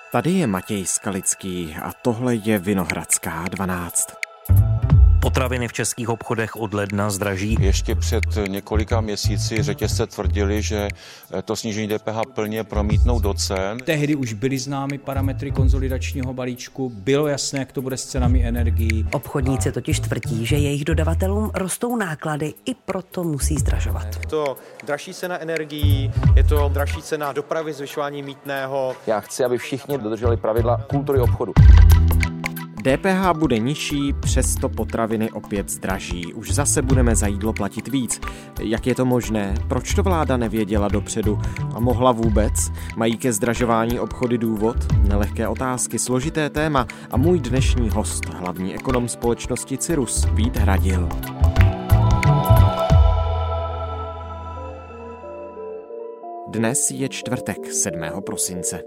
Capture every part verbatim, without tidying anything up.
Tady je Matěj Skalický a tohle je Vinohradská dvanáct. Potraviny v českých obchodech od ledna zdraží. Ještě před několika měsíci řetězce tvrdili, že to snížení D P H plně promítnou do cen. Tehdy už byly známy parametry konsolidačního balíčku, bylo jasné, jak to bude s cenami energií. Obchodníci totiž tvrdí, že jejich dodavatelům rostou náklady, i proto musí zdražovat. Je to dražší cena energií, je to dražší cena dopravy, zvyšování mýtného. Já chci, aby všichni dodrželi pravidla kultury obchodu. D P H bude nižší, přesto potraviny opět zdraží. Už zase budeme za jídlo platit víc. Jak je to možné? Proč to vláda nevěděla dopředu? A mohla vůbec? Mají ke zdražování obchody důvod? Nelehké otázky, složité téma a můj dnešní host, hlavní ekonom společnosti Cyrrus, Vít Hradil. Dnes je čtvrtek, sedmého prosince.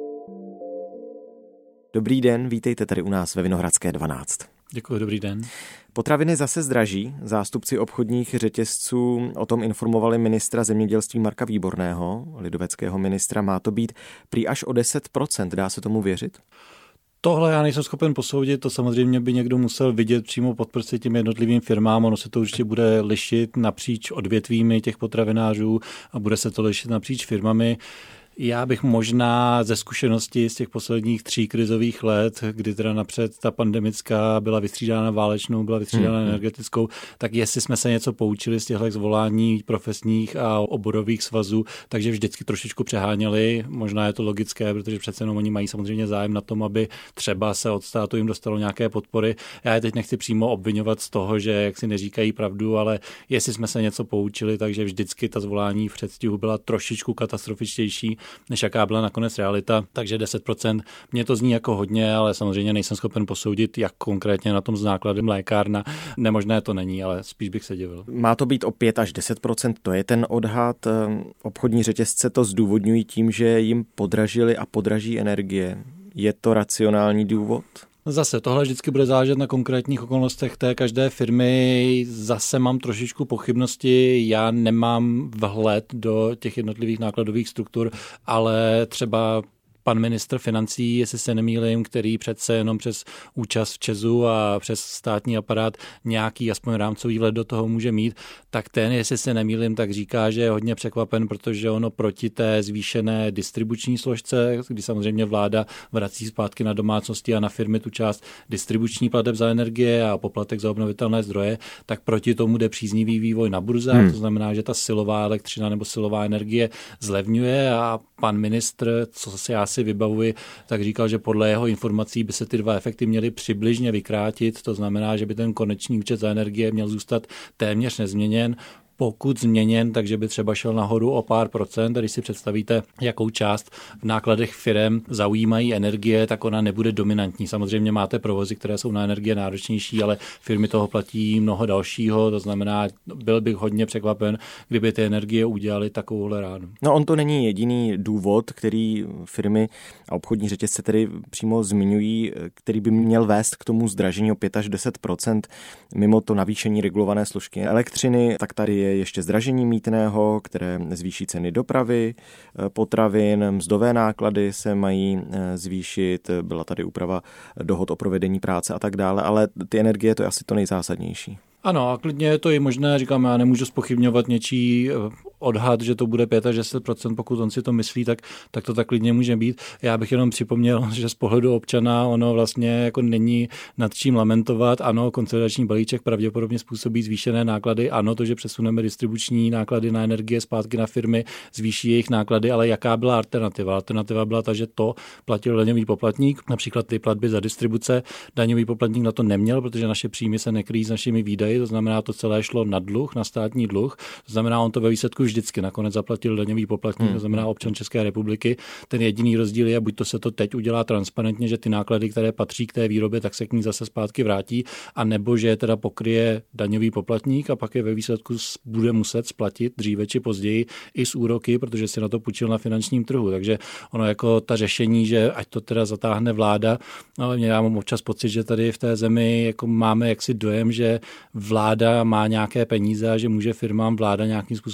Dobrý den, vítejte tady u nás ve Vinohradské dvanáct. Děkuji, dobrý den. Potraviny zase zdraží. Zástupci obchodních řetězců o tom informovali ministra zemědělství Marka Výborného, lidoveckého ministra. Má to být prý až o deset procent. Dá se tomu věřit? Tohle já nejsem schopen posoudit, to samozřejmě by někdo musel vidět přímo pod prsty těm jednotlivým firmám, ono se to určitě bude lišit napříč odvětvími těch potravinářů a bude se to lišit napříč firmami. Já bych možná ze zkušenosti z těch posledních tří krizových let, kdy teda napřed ta pandemická byla vystřídána válečnou, byla vystřídána hmm. energetickou, tak jestli jsme se něco poučili z těchto zvolání profesních a oborových svazů, takže vždycky trošičku přeháněli. Možná je to logické, protože přece jenom oni mají samozřejmě zájem na tom, aby třeba se od státu jim dostalo nějaké podpory. Já je teď nechci přímo obvinovat z toho, že jak si neříkají pravdu, ale jestli jsme se něco poučili, takže vždycky ta zvolání v předstihu byla trošičku katastrofičtější, než jaká byla nakonec realita, takže deset procent. Mně to zní jako hodně, ale samozřejmě nejsem schopen posoudit, jak konkrétně na tom s nákladem lékárna. Nemožné to není, ale spíš bych se divil. Má to být o pět až deset procent, to je ten odhad. Obchodní řetězce to zdůvodňují tím, že jim podražili a podraží energie. Je to racionální důvod? Zase tohle vždycky bude záležet na konkrétních okolnostech té každé firmy. Zase mám trošičku pochybnosti, já nemám vhled do těch jednotlivých nákladových struktur, ale třeba pan ministr financí, jestli se nemýlím, který přece jenom přes účast v ČEZu a přes státní aparát nějaký aspoň rámcový vhled do toho může mít, tak ten, jestli se nemýlím, tak říká, že je hodně překvapen, protože ono proti té zvýšené distribuční složce, kdy samozřejmě vláda vrací zpátky na domácnosti a na firmy tu část distribuční plateb za energie a poplatek za obnovitelné zdroje, tak proti tomu jde příznivý vývoj na burzách, hmm. to znamená, že ta silová elektřina nebo silová energie zlevňuje a pan ministr, co si já si vybavuji, tak říkal, že podle jeho informací by se ty dva efekty měly přibližně vykrátit, to znamená, že by ten konečný účet za energie měl zůstat téměř nezměněn. Pokud změněn, takže by třeba šel nahoru o pár procent. A když si představíte, jakou část v nákladech firem zaujímají energie, tak ona nebude dominantní. Samozřejmě máte provozy, které jsou na energie náročnější, ale firmy toho platí mnoho dalšího. To znamená, byl bych hodně překvapen, kdyby ty energie udělali takovouhle ránu. No on to není jediný důvod, který firmy a obchodní řetězce tedy přímo zmiňují, který by měl vést k tomu zdražení o pět až deset procent mimo to navýšení regulované složky elektřiny, tak tady je ještě zdražení mýtného, které zvýší ceny dopravy, potravin, mzdové náklady se mají zvýšit, byla tady úprava dohod o provedení práce a tak dále, ale ty energie to je asi to nejzásadnější. Ano, a klidně je to i možné, říkám, já nemůžu zpochybňovat něčí odhad, že to bude pět až deset procent, pokud on si to myslí, tak, tak to tak klidně může být. Já bych jenom připomněl, že z pohledu občana ono vlastně jako není nad čím lamentovat. Ano, konsolidační balíček pravděpodobně způsobí zvýšené náklady. Ano, to, že přesuneme distribuční náklady na energie zpátky na firmy, zvýší jejich náklady, ale jaká byla alternativa? Alternativa byla ta, že to platil daňový poplatník, například ty platby za distribuce. Daňový poplatník na to neměl, protože naše příjmy se nekryjí s našimi výdaji, to znamená, to celé šlo na dluh, na státní dluh. To znamená, on to ve výsledku vždycky nakonec zaplatil daňový poplatník, hmm. to znamená občan České republiky. Ten jediný rozdíl je, buď to se to teď udělá transparentně, že ty náklady, které patří k té výrobě, tak se k ní zase zpátky vrátí, a nebo že je teda pokryje daňový poplatník a pak je ve výsledku bude muset splatit dříve či později i s úroky, protože si na to půjčil na finančním trhu. Takže ono jako ta řešení, že ať to teda zatáhne vláda, ale já mám občas pocit, že tady v té zemi jako máme jaksi dojem, že vláda má nějaké peníze a že může firmám vláda nějakým způsobem pomoct.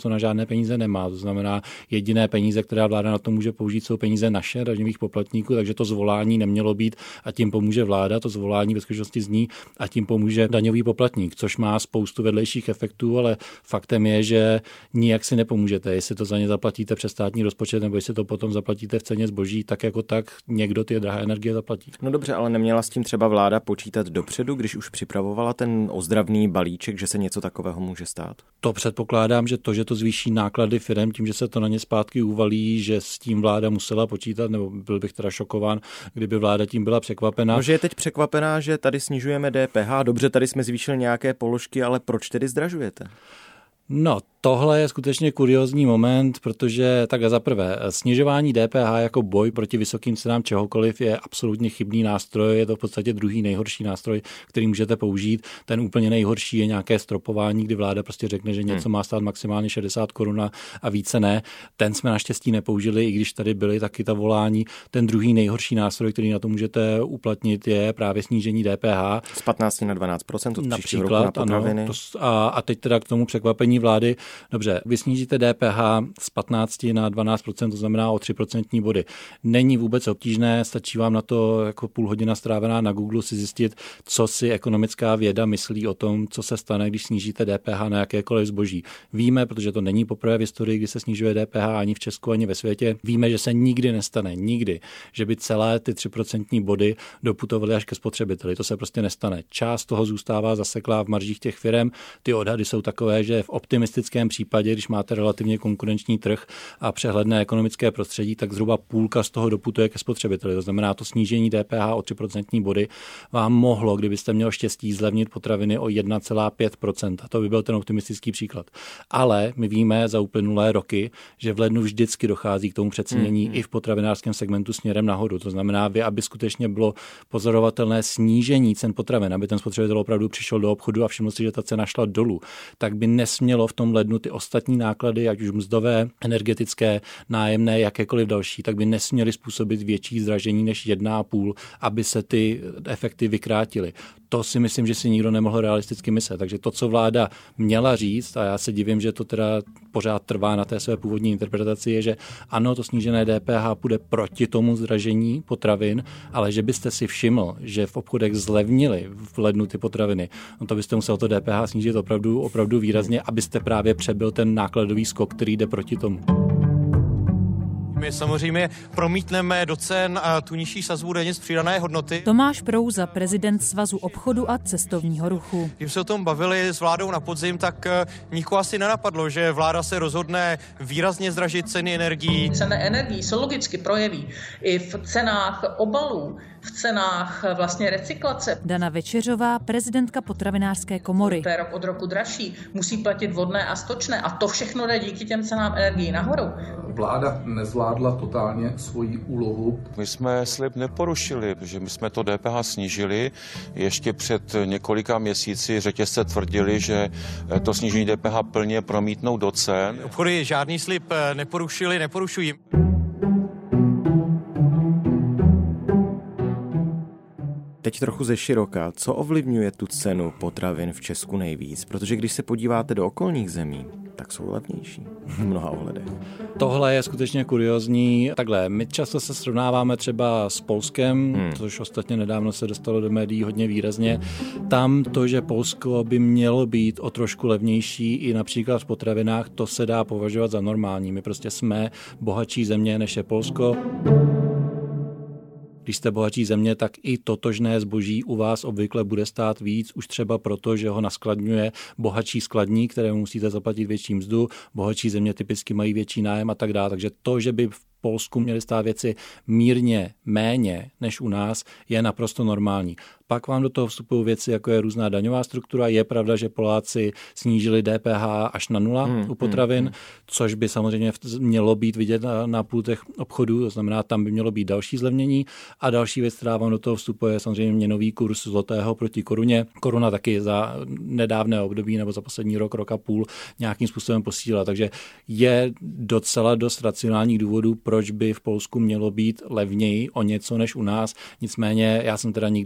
naprosto na žádné peníze nemá. To znamená, jediné peníze, které vláda na to může použít, jsou peníze naše, daňových poplatníků, takže to zvolání nemělo být a tím pomůže vláda, to zvolání ve skutečnosti zní a tím pomůže daňový poplatník, což má spoustu vedlejších efektů, ale faktem je, že nijak si nepomůžete, jestli to za ně zaplatíte přes státní rozpočet nebo jestli to potom zaplatíte v ceně zboží, tak jako tak někdo ty drahé energie zaplatí. No dobře, ale neměla s tím třeba vláda počítat dopředu, když už připravovala ten ozdravný balíček, že se něco takového může stát? To předpokládám, že to, že to zvýší náklady firem, tím, že se to na ně zpátky uvalí, že s tím vláda musela počítat, nebo byl bych teda šokován, kdyby vláda tím byla překvapená. No, že je teď překvapená, že tady snižujeme D P H, dobře, tady jsme zvýšili nějaké položky, ale proč tedy zdražujete? No, tohle je skutečně kuriózní moment, protože tak za prvé, snižování D P H jako boj proti vysokým cenám čehokoliv je absolutně chybný nástroj, je to v podstatě druhý nejhorší nástroj, který můžete použít. Ten úplně nejhorší je nějaké stropování, kdy vláda prostě řekne, že něco má stát maximálně šedesát korun a více ne. Ten jsme naštěstí nepoužili, i když tady byly taky ta volání. Ten druhý nejhorší nástroj, který na to můžete uplatnit, je právě snížení D P H. Z patnáct na dvanáct procent od příštího roku Například, na potraviny. Ano, to, a, a teď teda k tomu překvapení vlády. Dobře, vy snížíte D P H z patnáct na dvanáct procent, to znamená o tři procentní body. Není vůbec obtížné, stačí vám na to jako půl hodina strávená na Google si zjistit, co si ekonomická věda myslí o tom, co se stane, když snížíte D P H na jakékoliv zboží. Víme, protože to není poprvé v historii, kdy se snižuje D P H ani v Česku, ani ve světě. Víme, že se nikdy nestane, nikdy, že by celé ty tři procentní body doputovaly až ke spotřebiteli. To se prostě nestane. Část toho zůstává zaseklá v maržích těch firem. Ty odhady jsou takové, že v optimistickém případě, když máte relativně konkurenční trh a přehledné ekonomické prostředí, tak zhruba půlka z toho doputuje ke spotřebiteli. To znamená, to snížení D P H o tři procentní body vám mohlo, kdybyste měl štěstí, zlevnit potraviny o jedna celá pět procenta. To by byl ten optimistický příklad. Ale my víme za uplynulé roky, že v lednu vždycky dochází k tomu přecenění mm. i v potravinářském segmentu směrem nahoru. To znamená, vy, aby skutečně bylo pozorovatelné snížení cen potravin, aby ten spotřebitel opravdu přišel do obchodu a všiml si, že ta cena šla dolů, tak by nesmělo v tom lednu ty ostatní náklady, ať už mzdové, energetické, nájemné, jakékoliv další, tak by nesměly způsobit větší zdražení než jedna a půl, aby se ty efekty vykrátily. To si myslím, že si nikdo nemohl realisticky myslet. Takže to, co vláda měla říct, a já se divím, že to teda pořád trvá na té své původní interpretaci, je, že ano, to snížené D P H půjde proti tomu zdražení potravin, ale že byste si všiml, že v obchodech zlevnili v lednu ty potraviny, no to byste musel to D P H snížit opravdu, opravdu výrazně, abyste právě přebyl ten nákladový skok, který jde proti tomu. My samozřejmě promítneme do cen a tu nižší sazbu daně z přidané hodnoty. Tomáš Prouza, prezident Svazu obchodu a cestovního ruchu. Když se o tom bavili s vládou na podzim, tak nikoho asi nenapadlo, že vláda se rozhodne výrazně zdražit ceny energií. Ceny energií se logicky projeví i v cenách obalů, v cenách vlastně recyklace. Dana Večeřová, prezidentka potravinářské komory. To je rok od roku dražší, musí platit vodné a stočné a to všechno jde díky těm cenám energií nahoru. Vláda nezvládla totálně svoji úlohu. My jsme slib neporušili, protože my jsme to D P H snížili. Ještě před několika měsíci řetězce tvrdili, že to snížení D P H plně promítnou do cen. Obchody žádný slib neporušili, neporušují. Teď trochu ze široka, co ovlivňuje tu cenu potravin v Česku nejvíc? Protože když se podíváte do okolních zemí, tak jsou levnější v mnoha ohledech. Tohle je skutečně kuriózní. Takhle, my často se srovnáváme třeba s Polskem, hmm. což ostatně nedávno se dostalo do médií hodně výrazně. Tam to, že Polsko by mělo být o trošku levnější i například v potravinách, to se dá považovat za normální. My prostě jsme bohatší země, než je Polsko. Když jste bohatší země, tak i totožné zboží u vás obvykle bude stát víc, už třeba proto, že ho naskladňuje bohatší skladník, kterému musíte zaplatit větší mzdu, bohatší země typicky mají větší nájem a tak dále. Takže to, že by v Polsku měly stát věci mírně méně než u nás, je naprosto normální. Pak vám do toho vstupují věci, jako je různá daňová struktura. Je pravda, že Poláci snížili D P H až na nula hmm, u potravin, hmm, což by samozřejmě mělo být vidět na, na pultech obchodů, to znamená, tam by mělo být další zlevnění. A další věc, která vám do toho vstupuje, je samozřejmě měnový kurz zlotého proti koruně. Koruna taky za nedávné období nebo za poslední rok, rok a půl nějakým způsobem posílila. Takže je docela dost racionálních důvodů, proč by v Polsku mělo být levněji o něco než u nás. Nicméně já jsem teda nikdy si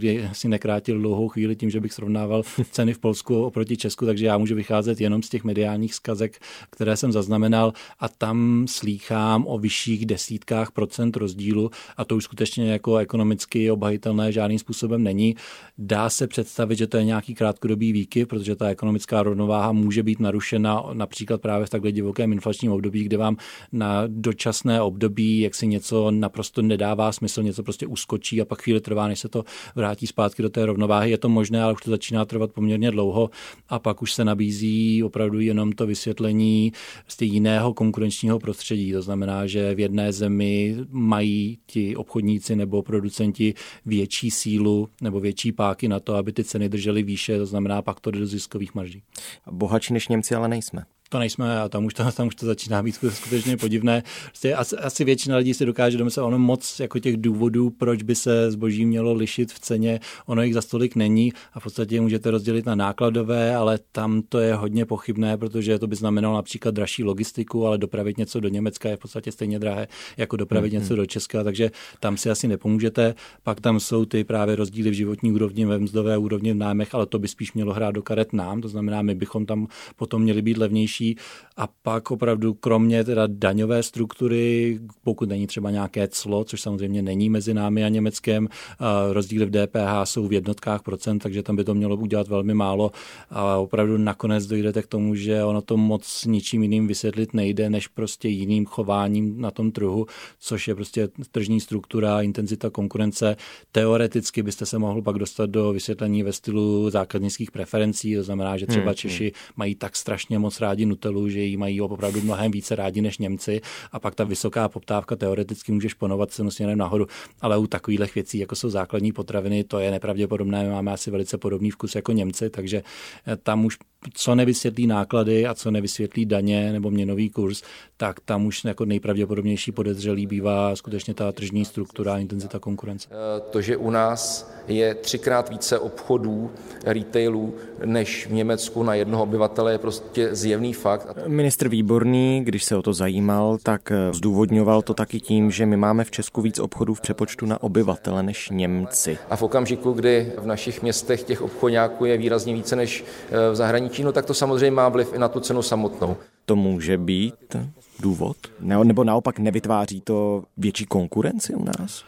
si nekrátil dlouhou chvíli tím, že bych srovnával ceny v Polsku oproti Česku, takže já můžu vycházet jenom z těch mediálních zkazek, které jsem zaznamenal a tam slýchám o vyšších desítkách procent rozdílu a to už skutečně jako ekonomicky obhajitelné žádným způsobem není. Dá se představit, že to je nějaký krátkodobý výkyv, protože ta ekonomická rovnováha může být narušena například právě v takhle divokém inflačním období, kde vám na dočasné období, jak si něco naprosto nedává smysl, něco prostě uskočí a pak chvíli trvá, než se to vrátí zpátky do té rovnováhy. Je to možné, ale už to začíná trvat poměrně dlouho a pak už se nabízí opravdu jenom to vysvětlení z jiného konkurenčního prostředí. To znamená, že v jedné zemi mají ti obchodníci nebo producenti větší sílu nebo větší páky na to, aby ty ceny držely výše, to znamená pak to do ziskových marží. Bohatší než Němci ale nejsme. To nejsme a tam už to, tam už to začíná být skutečně podivné. Prostě asi, asi většina lidí si dokáže domyslet, ono moc jako těch důvodů, proč by se zboží mělo lišit v ceně, ono jich za stolik není a v podstatě můžete rozdělit na nákladové, ale tam to je hodně pochybné, protože to by znamenalo například dražší logistiku, ale dopravit něco do Německa je v podstatě stejně drahé, jako dopravit mm-hmm. něco do Česka, takže tam si asi nepomůžete. Pak tam jsou ty právě rozdíly v životní úrovni, ve mzdové úrovni v nájmech, ale to by spíš mělo hrát do karet nám, to znamená, my bychom tam potom měli být levnější. A pak opravdu kromě teda daňové struktury, pokud není třeba nějaké clo, což samozřejmě není mezi námi a Německem, rozdíly v D P H jsou v jednotkách procent, takže tam by to mělo udělat velmi málo a opravdu nakonec dojdete k tomu, že ono to moc ničím jiným vysvětlit nejde, než prostě jiným chováním na tom trhu, což je prostě tržní struktura, intenzita konkurence. Teoreticky byste se mohl pak dostat do vysvětlení ve stylu zákaznických preferencí, to znamená, že třeba Češi mají tak strašně moc rádi Nutellu, že ji mají opravdu mnohem více rádi než Němci a pak ta vysoká poptávka teoreticky může šponovat cenu směrem nahoru, ale u takových věcí, jako jsou základní potraviny, to je nepravděpodobné, my máme asi velice podobný vkus jako Němci, takže tam už co nevysvětlí náklady a co nevysvětlí daně nebo měnový kurz, tak tam už jako nejpravděpodobnější podezřelý bývá skutečně ta tržní struktura a intenzita konkurence. To, že u nás je třikrát více obchodů, retailů, než v Německu na jednoho obyvatele, je prostě zjevný fakt. Ministr Výborný, když se o to zajímal, tak zdůvodňoval to taky tím, že my máme v Česku víc obchodů v přepočtu na obyvatele než Němci. A v okamžiku, kdy v našich městech těch obchodňáků je výrazně více než v zahraničí, no tak to samozřejmě má vliv i na tu cenu samotnou. To může být důvod? Nebo naopak nevytváří to větší konkurenci u nás?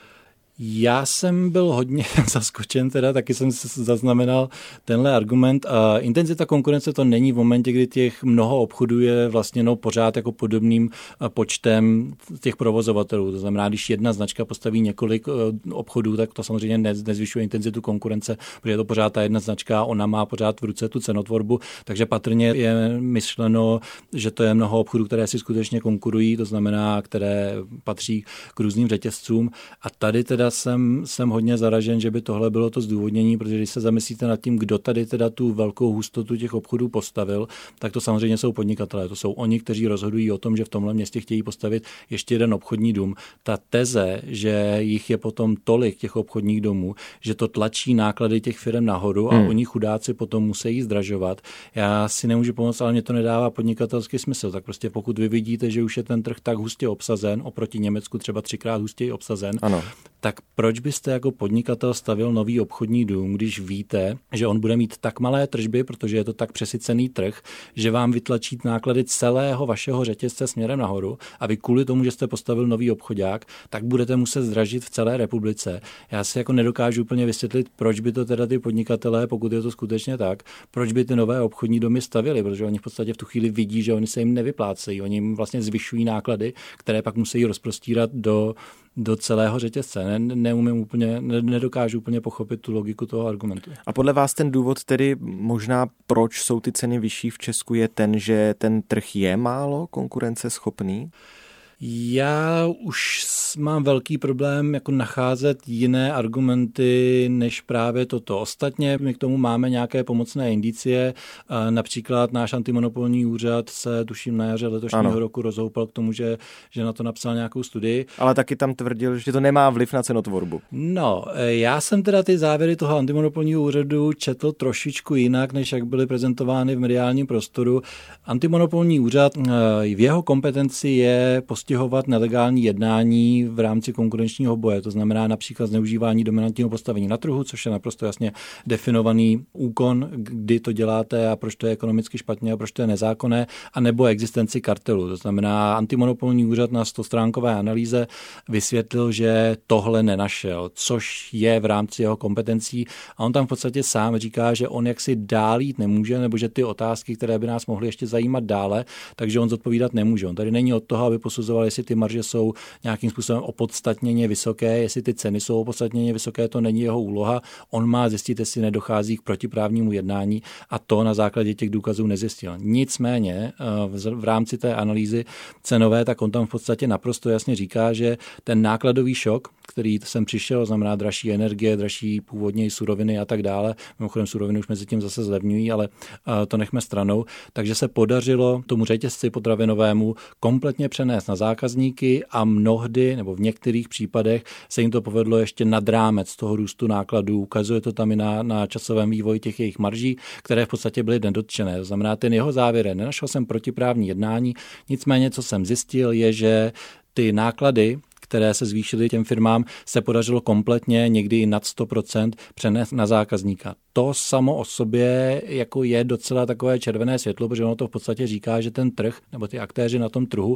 Já jsem byl hodně zaskočen, teda taky jsem zaznamenal tenhle argument. A intenzita konkurence to není v momentě, kdy těch mnoho obchodů je vlastně no, pořád jako podobným počtem těch provozovatelů. To znamená, když jedna značka postaví několik obchodů, tak to samozřejmě nezvyšuje intenzitu konkurence, protože je to pořád ta jedna značka, ona má pořád v ruce tu cenotvorbu, takže patrně je myšleno, že to je mnoho obchodů, které si skutečně konkurují, to znamená, které patří k různým řetězcům. A tady teda Jsem, jsem hodně zaražen, že by tohle bylo to zdůvodnění, protože když se zamyslíte nad tím, kdo tady teda tu velkou hustotu těch obchodů postavil, tak to samozřejmě jsou podnikatelé. To jsou oni, kteří rozhodují o tom, že v tomhle městě chtějí postavit ještě jeden obchodní dům. Ta teze, že jich je potom tolik těch obchodních domů, že to tlačí náklady těch firm nahoru a hmm. oni chudáci potom musí zdražovat. Já si nemůžu pomoct, ale mě to nedává podnikatelský smysl. Tak prostě pokud vy vidíte, že už je ten trh tak hustě obsazen, oproti Německu třeba třikrát hustěji obsazen, ano. tak proč byste jako podnikatel stavil nový obchodní dům, když víte, že on bude mít tak malé tržby, protože je to tak přesycený trh, že vám vytlačí náklady celého vašeho řetězce směrem nahoru a vy kvůli tomu, že jste postavil nový obchodák, tak budete muset zdražit v celé republice. Já si jako nedokážu úplně vysvětlit, proč by to teda ty podnikatelé, pokud je to skutečně tak, proč by ty nové obchodní domy stavili, protože oni v podstatě v tu chvíli vidí, že oni se jim nevyplácejí, oni jim vlastně zvyšují náklady, které pak musí rozprostírat do do celého řetězce. Ne, neumím úplně, nedokážu úplně pochopit tu logiku toho argumentu. A podle vás ten důvod tedy možná, proč jsou ty ceny vyšší v Česku, je ten, že ten trh je málo konkurenceschopný? Já už mám velký problém jako nacházet jiné argumenty než právě toto. Ostatně my k tomu máme nějaké pomocné indicie. Například náš antimonopolní úřad se tuším na jaře letošního ano. roku rozhoupal k tomu, že, že na to napsal nějakou studii. Ale taky tam tvrdil, že to nemá vliv na cenotvorbu. No, já jsem teda ty závěry toho antimonopolního úřadu četl trošičku jinak, než jak byly prezentovány v mediálním prostoru. Antimonopolní úřad v jeho kompetenci je postihovat nelegální jednání nelegální v rámci konkurenčního boje, to znamená například zneužívání dominantního postavení na trhu, což je naprosto jasně definovaný úkon, kdy to děláte a proč to je ekonomicky špatně a proč to je nezákonné, a nebo existenci kartelu. To znamená, antimonopolní úřad na stostránkové analýze vysvětlil, že tohle nenašel, což je v rámci jeho kompetencí, a on tam v podstatě sám říká, že on jaksi dál jít nemůže, nebo že ty otázky, které by nás mohly ještě zajímat dále, takže on zodpovídat nemůže. On tady není od toho, aby posuzoval, jestli ty marže jsou nějakým způsobem opodstatněně vysoké, jestli ty ceny jsou opodstatněně vysoké, to není jeho úloha. On má zjistit, jestli nedochází k protiprávnímu jednání, a to na základě těch důkazů nezjistil. Nicméně v rámci té analýzy cenové, tak on tam v podstatě naprosto jasně říká, že ten nákladový šok, který sem přišel, znamená dražší energie, dražší původně suroviny a tak dále. Mimochodem suroviny už mezi tím zase zlevňují, ale to nechme stranou. Takže se podařilo tomu řetězci potravinovému kompletně přenést na zákazníky a mnohdy, nebo v některých případech se jim to povedlo ještě nad rámec toho růstu nákladů. Ukazuje to tam i na, na časovém vývoji těch jejich marží, které v podstatě byly nedotčené. To znamená, ten jeho závěr, nenašel jsem protiprávní jednání, nicméně, co jsem zjistil, je, že ty náklady, které se zvýšily těm firmám, se podařilo kompletně, někdy i nad sto procent přenést na zákazníka. To samo o sobě jako je docela takové červené světlo, protože ono to v podstatě říká, že ten trh nebo ty aktéři na tom trhu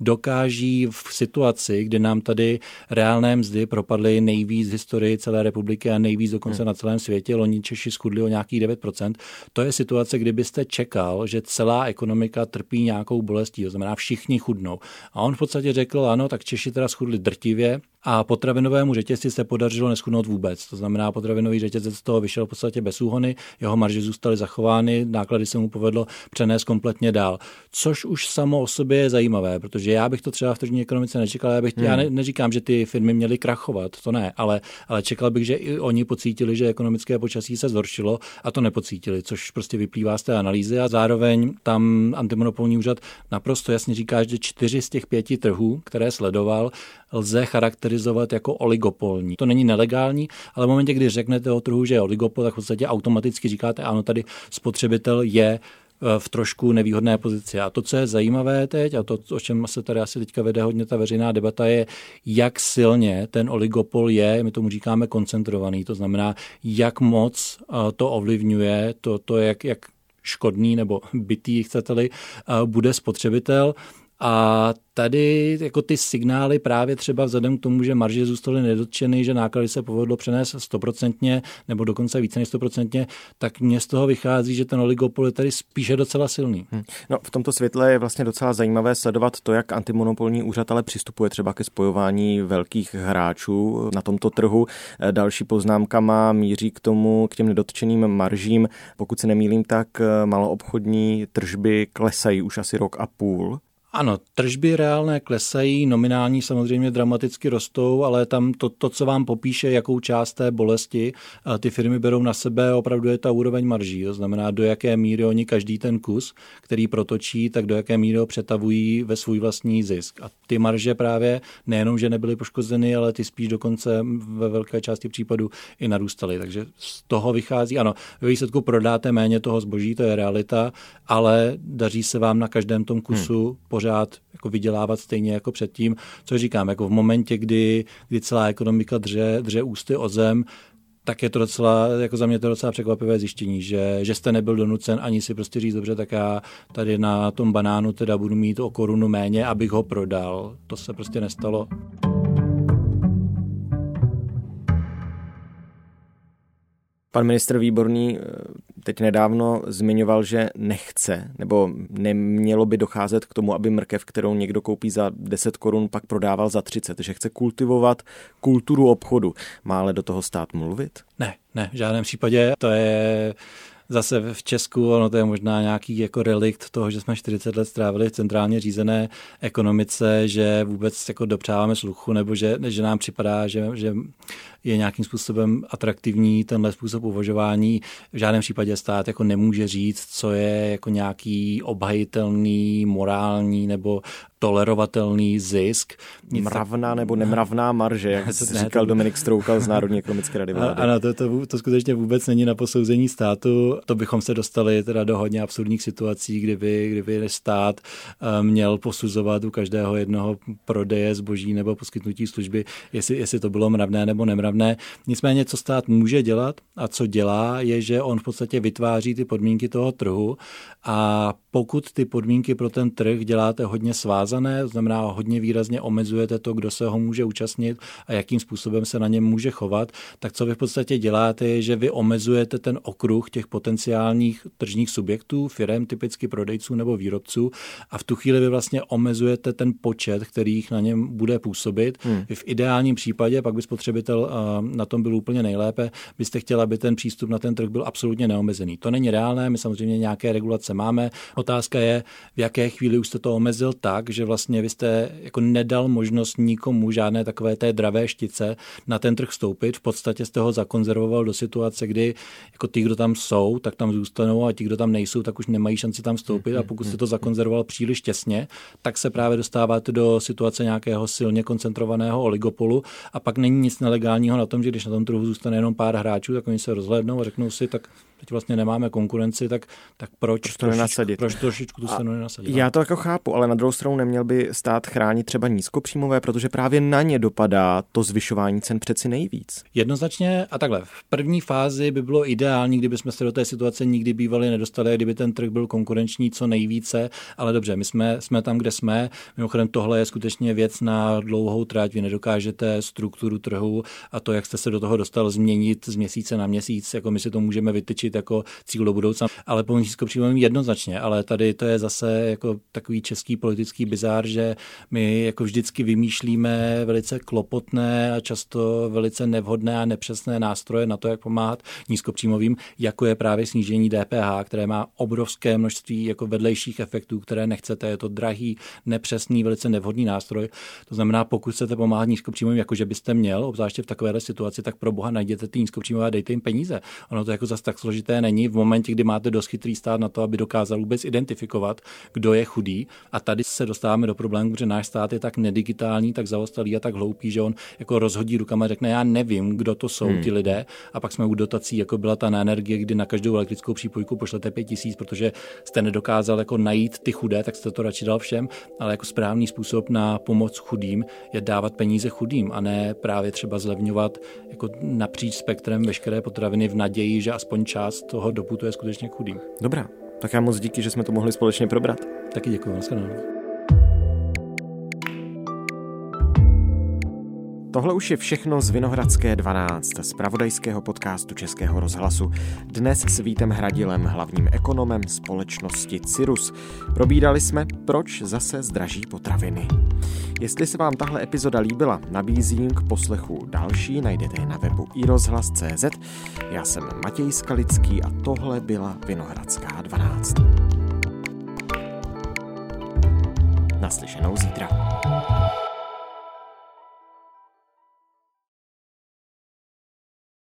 dokáží v situaci, kdy nám tady reálné mzdy propadly nejvíc v historii celé republiky a nejvíc dokonce hmm. na celém světě, loni Češi schudli o nějakých devět procent. To je situace, kdybyste čekal, že celá ekonomika trpí nějakou bolestí, to znamená všichni chudnou. A on v podstatě řekl, ano, tak Češi teda schudli drtivě a potravinovému řetězci se podařilo neschudnout vůbec. To znamená, potravinový řetězec z toho vyšel v podstatě bez úhony, jeho marže zůstaly zachovány, náklady se mu povedlo přenést kompletně dál. Což už samo o sobě je zajímavé, protože já bych to třeba v tržní ekonomice nečekal, já, bych, hmm. já ne, neříkám, že ty firmy měly krachovat, to ne, ale, ale čekal bych, že i oni pocítili, že ekonomické počasí se zhoršilo, a to nepocítili, což prostě vyplývá z té analýzy, a zároveň tam antimonopolní úřad naprosto jasně říká, že čtyři z těch pěti trhů, které sledoval, lze charakterizovat jako oligopolní. To není nelegální, ale v momentě, kdy řeknete o trhu, že je oligopol, tak v podstatě automaticky říkáte, ano, tady spotřebitel je v trošku nevýhodné pozici. A to, co je zajímavé teď, a to, o čem se tady asi teďka vede hodně ta veřejná debata, je, jak silně ten oligopol je, my tomu říkáme koncentrovaný, to znamená, jak moc to ovlivňuje, to, to jak, jak škodný nebo bitý, chcete-li, bude spotřebitel. A tady jako ty signály právě třeba vzhledem k tomu, že marže zůstaly nedotčeny, že náklady se povedlo přenést stoprocentně nebo dokonce více než stoprocentně, tak mně z toho vychází, že ten oligopol je tady spíše docela silný. Hmm. No, v tomto světle je vlastně docela zajímavé sledovat to, jak antimonopolní úřad ale přistupuje třeba ke spojování velkých hráčů na tomto trhu. Další poznámka má míří k tomu, k těm nedotčeným maržím. Pokud se nemýlím, tak maloobchodní tržby klesají už asi rok a půl. Ano, tržby reálné klesají, nominální samozřejmě dramaticky rostou, ale tam to, to, co vám popíše, jakou část té bolesti ty firmy berou na sebe, opravdu je ta úroveň marží. To znamená, do jaké míry oni každý ten kus, který protočí, tak do jaké míry ho přetavují ve svůj vlastní zisk. A ty marže právě nejenom, že nebyly poškozeny, ale ty spíš dokonce ve velké části případů i narůstaly. Takže z toho vychází, ano, ve výsledku prodáte méně toho zboží, to je realita, ale daří se vám na každém tom kusu hmm. pořád jako vydělávat stejně jako předtím, co říkám, jako v momentě, kdy, kdy celá ekonomika dře, dře ústy o zem, tak je to docela, jako za mě to docela překvapivé zjištění, že, že jste nebyl donucen ani si prostě říct, dobře, tak já tady na tom banánu teda budu mít o korunu méně, abych ho prodal. To se prostě nestalo. Pan ministr Výborný teď nedávno zmiňoval, že nechce, nebo nemělo by docházet k tomu, aby mrkev, kterou někdo koupí za deset korun, pak prodával za třicet, že chce kultivovat kulturu obchodu. Má ale do toho stát mluvit? Ne, ne, v žádném případě. To je zase v Česku, ono to je možná nějaký jako relikt toho, že jsme čtyřicet let strávili v centrálně řízené ekonomice, že vůbec jako dopřáváme sluchu, nebo že, že nám připadá, že, že je nějakým způsobem atraktivní tenhle způsob uvažování. V žádném případě stát jako nemůže říct, co je jako nějaký obhajitelný, morální nebo tolerovatelný zisk. Nic mravná tak... nebo nemravná marže, jak ne, říkal to... Dominik Stroukal z Národní ekonomické rady vlády. Ano, to, to, to skutečně vůbec není na posouzení státu. To bychom se dostali teda do hodně absurdních situací, kdyby, kdyby stát měl posuzovat u každého jednoho prodeje zboží nebo poskytnutí služby, jestli, jestli to bylo mravné nebo nemravné. Nicméně, co stát může dělat a co dělá, je, že on v podstatě vytváří ty podmínky toho trhu a pokud ty podmínky pro ten trh děláte hodně svázané, to znamená hodně výrazně omezujete to, kdo se ho může účastnit a jakým způsobem se na něm může chovat, tak co vy v podstatě děláte, je, že vy omezujete ten okruh těch potenciálních tržních subjektů, firem, typicky prodejců nebo výrobců a v tu chvíli vy vlastně omezujete ten počet, kterých na něm bude působit. Hmm. V ideálním případě, pak by spotřebitel na tom byl úplně nejlépe, byste chtěli, aby ten přístup na ten trh byl absolutně neomezený. To není reálné, my samozřejmě nějaké regulace máme. Otázka je, v jaké chvíli už jste to omezil tak, že vlastně vy jste jako nedal možnost nikomu žádné takové té dravé štice na ten trh vstoupit. V podstatě jste ho zakonzervoval do situace, kdy jako ty, kdo tam jsou, tak tam zůstanou a ti, kdo tam nejsou, tak už nemají šanci tam vstoupit a pokud jste to zakonzervoval příliš těsně, tak se právě dostáváte do situace nějakého silně koncentrovaného oligopolu a pak není nic nelegálního na tom, že když na tom trhu zůstane jenom pár hráčů, tak oni se rozhlédnou a řeknou si, tak teď vlastně nemáme konkurenci, tak, tak proč, proč to nenasadit? Proč trošičku tu cenu nenasadit? Já to jako chápu, ale na druhou stranu neměl by stát chránit třeba nízkopříjmové, protože právě na ně dopadá to zvyšování cen přeci nejvíc. Jednoznačně a takhle. V první fázi by bylo ideální, kdyby jsme se do té situace nikdy bývali nedostali, kdyby ten trh byl konkurenční co nejvíce, ale dobře, my jsme, jsme tam, kde jsme. Mimochodem tohle je skutečně věc na dlouhou trať. Vy nedokážete strukturu trhu a to, jak jste se do toho dostal, změnit z měsíce na měsíc, jako my si to můžeme vytyčit jako cíl do budoucna, ale po nízkopříjmovým jednoznačně, ale tady to je zase jako takový český politický bizár, že my jako vždycky vymýšlíme velice klopotné a často velice nevhodné a nepřesné nástroje na to, jak pomáhat nízkopříjmovým, jako je právě snížení D P H, které má obrovské množství jako vedlejších efektů, které nechcete, je to drahý, nepřesný, velice nevhodný nástroj. To znamená, pokud chcete pomáhat nízkopříjmovým, jako že byste měl, obzvláště v takovéhle situaci, tak pro boha najděte ty nízkopříjmové a dejte jim peníze. Ono to jako zase tak složité není v momentě, kdy máte dost chytrý stát na to, aby dokázal vůbec identifikovat, kdo je chudý. A tady se dostáváme do problému, že náš stát je tak nedigitální, tak zaostalý a tak hloupý, že on jako rozhodí rukama a řekne, já nevím, kdo to jsou hmm. ti lidé. A pak jsme u dotací, jako byla ta na energie, kdy na každou elektrickou přípojku pošlete pět tisíc, protože jste nedokázal jako najít ty chudé, tak jste to radši dal všem. Ale jako správný způsob na pomoc chudým je dávat peníze chudým a ne právě třeba zlevňovat jako napříč spektrem veškeré potraviny v naději, že aspoň část toho doputuje skutečně chudým. Dobrá, tak já moc díky, že jsme to mohli společně probrat. Taky děkuji. Naschledanou. Tohle už je všechno z Vinohradské dvanáct, z pravodajského podcastu Českého rozhlasu. Dnes s Vítem Hradilem, hlavním ekonomem společnosti Cyrrus. Probírali jsme, proč zase zdraží potraviny. Jestli se vám tahle epizoda líbila, nabízím k poslechu další, najdete je na webu i rozhlas tečka cé zet. Já jsem Matěj Skalický a tohle byla Vinohradská dvanáct. Naslyšenou zítra.